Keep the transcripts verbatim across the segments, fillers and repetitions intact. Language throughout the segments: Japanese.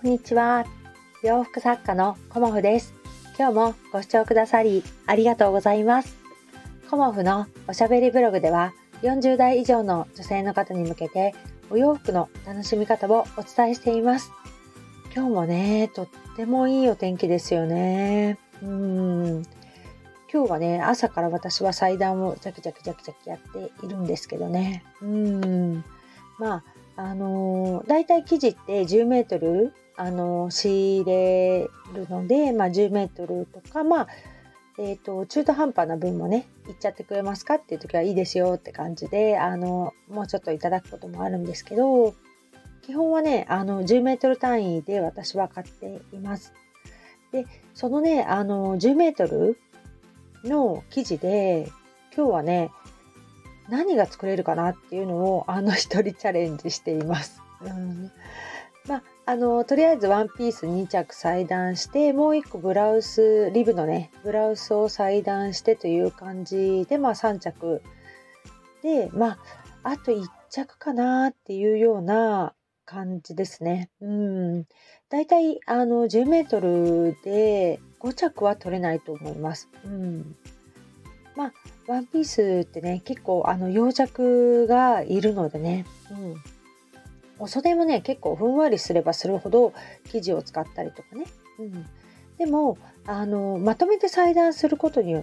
んにちは。洋服作家のコモフです。今日もご視聴くださりありがとうございます。コモフのおしゃべりブログではよんじゅう代以上の女性の方に向けてお洋服の楽しみ方をお伝えしています。今日もね、とってもいいお天気ですよね。うーん今日はね、朝から私は裁断をジャキジャキジャキジャキやっているんですけどね。うーんまあ、あのー、だいたい生地ってじゅうメートル、あのー、仕入れるので、まあ、じゅうメートルとか、まあ、えっと、中途半端な分もね、いっちゃってくれますかっていう時はいいですよって感じで、あの、もうちょっといただくこともあるんですけど、基本はね、あの、じゅうメートル単位で私は買っています。で、そのね、あの、じゅうメートルの生地で、今日はね、何が作れるかなっていうのをあの一人チャレンジしています。うんまあ、あのとりあえずワンピースに着裁断してもういっこブラウスリブのねブラウスを裁断してという感じで、まあ、さん着で、まあ、あといっ着かなっていうような感じですね。うんだいたいあのじゅうメートルでご着は取れないと思います。うんまあ、ワンピースってね、結構あの養着がいるのでね、うん。お袖もね、結構ふんわりすればするほど生地を使ったりとかね。うん。でも、あの、まとめて裁断することによって、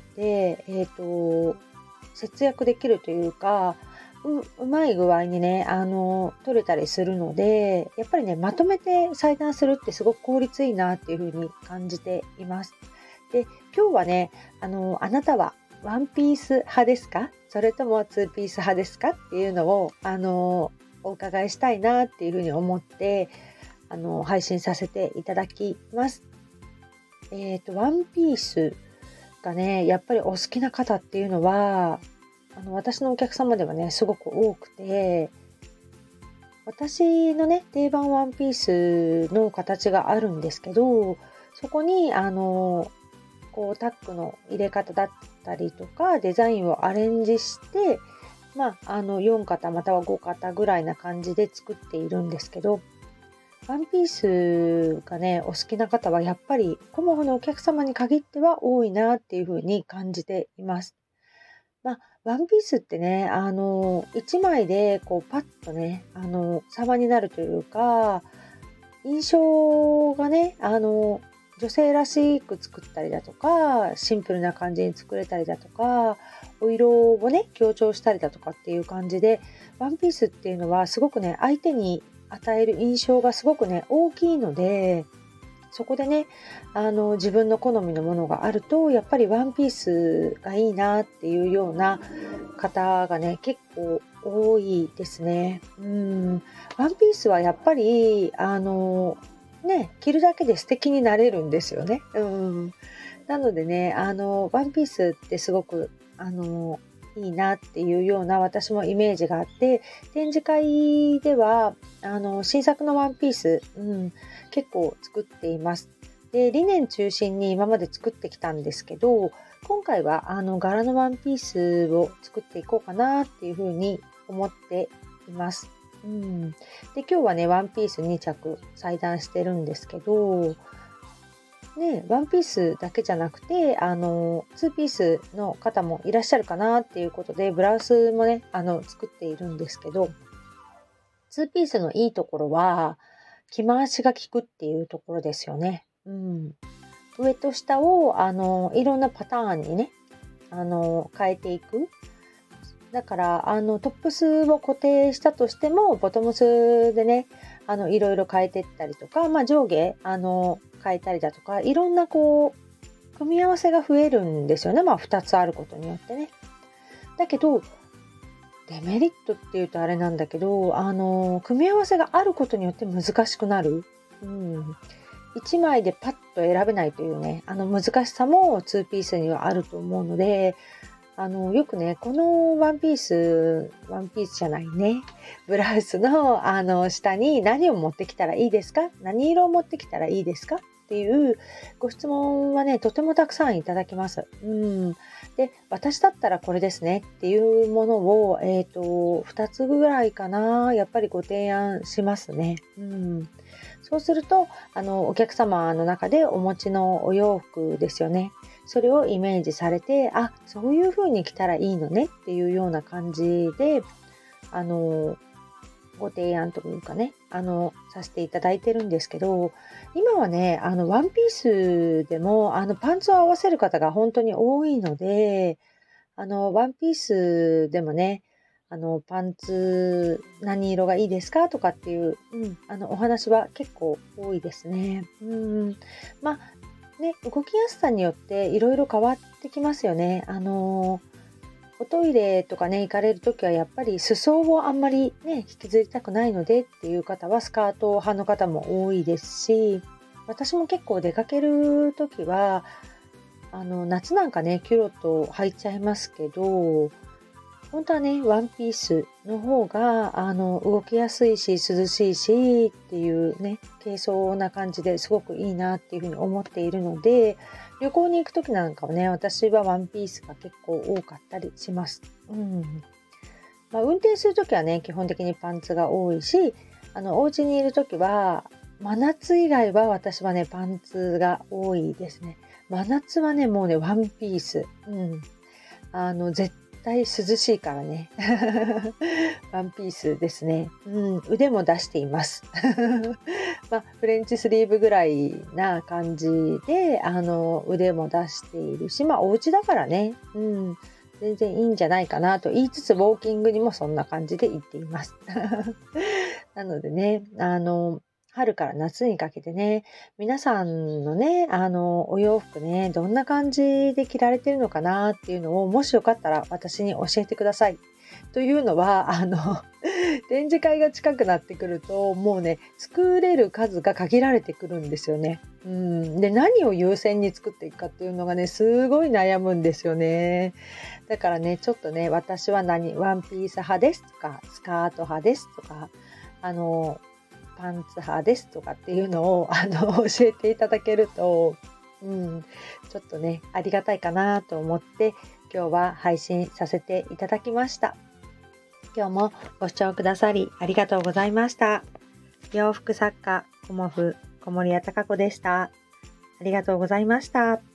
えっと、節約できるというか、う、うまい具合にね、あの、取れたりするので、やっぱりね、まとめて裁断するってすごく効率いいなっていうふうに感じています。で、今日はね、あの、あなたはワンピース派ですか？それともツーピース派ですか？っていうのを、あの、お伺いしたいなっていうふうに思って、あの、配信させていただきます。えっと、ワンピースがね、やっぱりお好きな方っていうのは、あの、私のお客様ではね、すごく多くて、私のね、定番ワンピースの形があるんですけど、そこに、あの、こうタックの入れ方だったりとかデザインをアレンジして、まあ、あのよん型またはご型ぐらいな感じで作っているんですけど、ワンピースがねお好きな方はやっぱりコモフのお客様に限っては多いなっていう風に感じています。まあ、ワンピースってね、あのいちまいでこうパッとね、あの様になるというか、印象がね、あの、女性らしく作ったりだとか、シンプルな感じに作れたりだとか、お色をね、強調したりだとかっていう感じで、ワンピースっていうのはすごくね、相手に与える印象がすごくね、大きいので、そこでね、あの、自分の好みのものがあると、やっぱりワンピースがいいなっていうような方がね、結構多いですね。うん。ワンピースはやっぱり、あの、ね、着るだけで素敵になれるんですよね。うん。なのでね、あの、ワンピースってすごく、あの、いいなっていうような私もイメージがあって、展示会では、あの、新作のワンピース、うん、結構作っています。で、リネン中心に今まで作ってきたんですけど、今回はあの柄のワンピースを作っていこうかなっていうふうに思っています。うん、で今日はねワンピースに着裁断してるんですけど、ね、ワンピースだけじゃなくてあのツーピースの方もいらっしゃるかなっていうことでブラウスもねあの作っているんですけど、ツーピースのいいところは着回しが効くっていうところですよね。うん、上と下をあのいろんなパターンにねあの変えていく。だからあのトップスを固定したとしてもボトムスでねあのいろいろ変えていったりとか、まあ、上下あの変えたりだとかいろんなこう組み合わせが増えるんですよね、まあ、ふたつあることによってね。だけどデメリットっていうとあれなんだけどあの組み合わせがあることによって難しくなる。うんいちまいでパッと選べないというねあの難しさもツーピースにはあると思うので、あのよくねこのワンピースワンピースじゃないねブラウスのあの下に何を持ってきたらいいですか、何色を持ってきたらいいですかっていうご質問はねとてもたくさんいただきます。うんで私だったらこれですねっていうものを、えーと、ふたつぐらいかなやっぱりご提案しますね。うんそうするとあのお客様の中でお持ちのお洋服ですよね。それをイメージされて、あ、そういう風に着たらいいのねっていうような感じで、あのご提案というかね、あのさせていただいてるんですけど、今はね、あのワンピースでもあのパンツを合わせる方が本当に多いので、あのワンピースでもね、あのパンツ何色がいいですかとかっていう、うん、あのお話は結構多いですね。うん、まあね、動きやすさによっていろいろ変わってきますよね。あのおトイレとかね、行かれるときはやっぱり裾をあんまりね、引きずりたくないのでっていう方はスカート派の方も多いですし、私も結構出かけるときは、あの、夏なんかね、キュロット履いちゃいますけど、本当はね、ワンピースの方が、あの、動きやすいし、涼しいしっていうね、軽装な感じですごくいいなっていうふうに思っているので、旅行に行くときなんかはね、私はワンピースが結構多かったりします。うん。まあ、運転するときはね、基本的にパンツが多いし、あの、お家にいるときは、真夏以外は私はね、パンツが多いですね。真夏はね、もうね、ワンピース。うん。あの、絶対涼しいからね。ワンピースですね。うん、腕も出しています。まあ、フレンチスリーブぐらいな感じで、あの、腕も出しているし、まあ、お家だからね、うん、全然いいんじゃないかなと言いつつ、ウォーキングにもそんな感じで行っています。なのでね、あの、春から夏にかけてね、皆さんのね、あの、お洋服ね、どんな感じで着られてるのかなっていうのを、もしよかったら私に教えてください。というのは、あの、展示会が近くなってくると、もうね、作れる数が限られてくるんですよね。うん。で、何を優先に作っていくかっていうのがね、すごい悩むんですよね。だからね、ちょっとね、私は何、ワンピース派ですとか、スカート派ですとか、あの、パンツ派ですとかっていうのを、あの、教えていただけると、うん、ちょっとね、ありがたいかなと思って、今日は配信させていただきました。今日もご視聴くださりありがとうございました。洋服作家、コモフ、小森屋隆子でした。ありがとうございました。